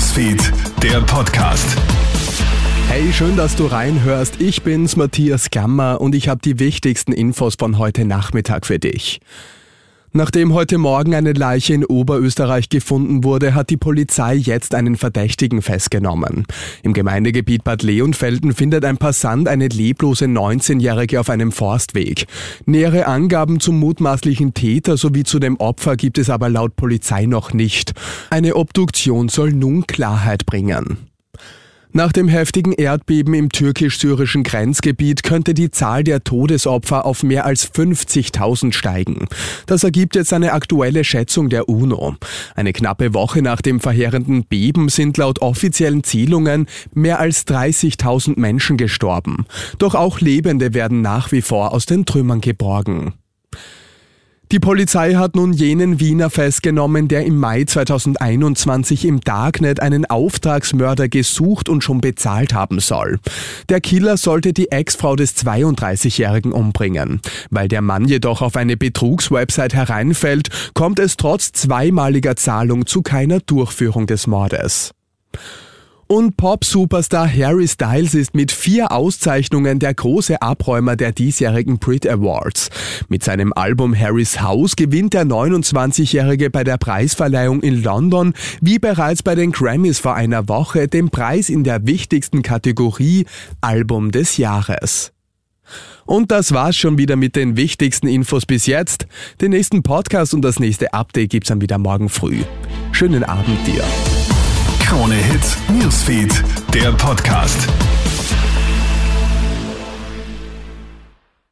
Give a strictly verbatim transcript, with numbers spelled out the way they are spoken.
Newsfeed, der Podcast. Hey, schön, dass du reinhörst. Ich bin's, Matthias Gammer, und ich habe die wichtigsten Infos von heute Nachmittag für dich. Nachdem heute Morgen eine Leiche in Oberösterreich gefunden wurde, hat die Polizei jetzt einen Verdächtigen festgenommen. Im Gemeindegebiet Bad Leonfelden findet ein Passant eine leblose neunzehnjährige auf einem Forstweg. Nähere Angaben zum mutmaßlichen Täter sowie zu dem Opfer gibt es aber laut Polizei noch nicht. Eine Obduktion soll nun Klarheit bringen. Nach dem heftigen Erdbeben im türkisch-syrischen Grenzgebiet könnte die Zahl der Todesopfer auf mehr als fünfzigtausend steigen. Das ergibt jetzt eine aktuelle Schätzung der UNO. Eine knappe Woche nach dem verheerenden Beben sind laut offiziellen Zählungen mehr als dreißigtausend Menschen gestorben. Doch auch Lebende werden nach wie vor aus den Trümmern geborgen. Die Polizei hat nun jenen Wiener festgenommen, der im Mai zweitausendeinundzwanzig im Darknet einen Auftragsmörder gesucht und schon bezahlt haben soll. Der Killer sollte die Ex-Frau des zweiunddreißigjährigen umbringen. Weil der Mann jedoch auf eine Betrugswebsite hereinfällt, kommt es trotz zweimaliger Zahlung zu keiner Durchführung des Mordes. Und Pop-Superstar Harry Styles ist mit vier Auszeichnungen der große Abräumer der diesjährigen Brit Awards. Mit seinem Album Harrys House gewinnt der neunundzwanzigjährige bei der Preisverleihung in London, wie bereits bei den Grammys vor einer Woche, den Preis in der wichtigsten Kategorie Album des Jahres. Und das war's schon wieder mit den wichtigsten Infos bis jetzt. Den nächsten Podcast und das nächste Update gibt's dann wieder morgen früh. Schönen Abend dir. Krone Hits Newsfeed, der Podcast.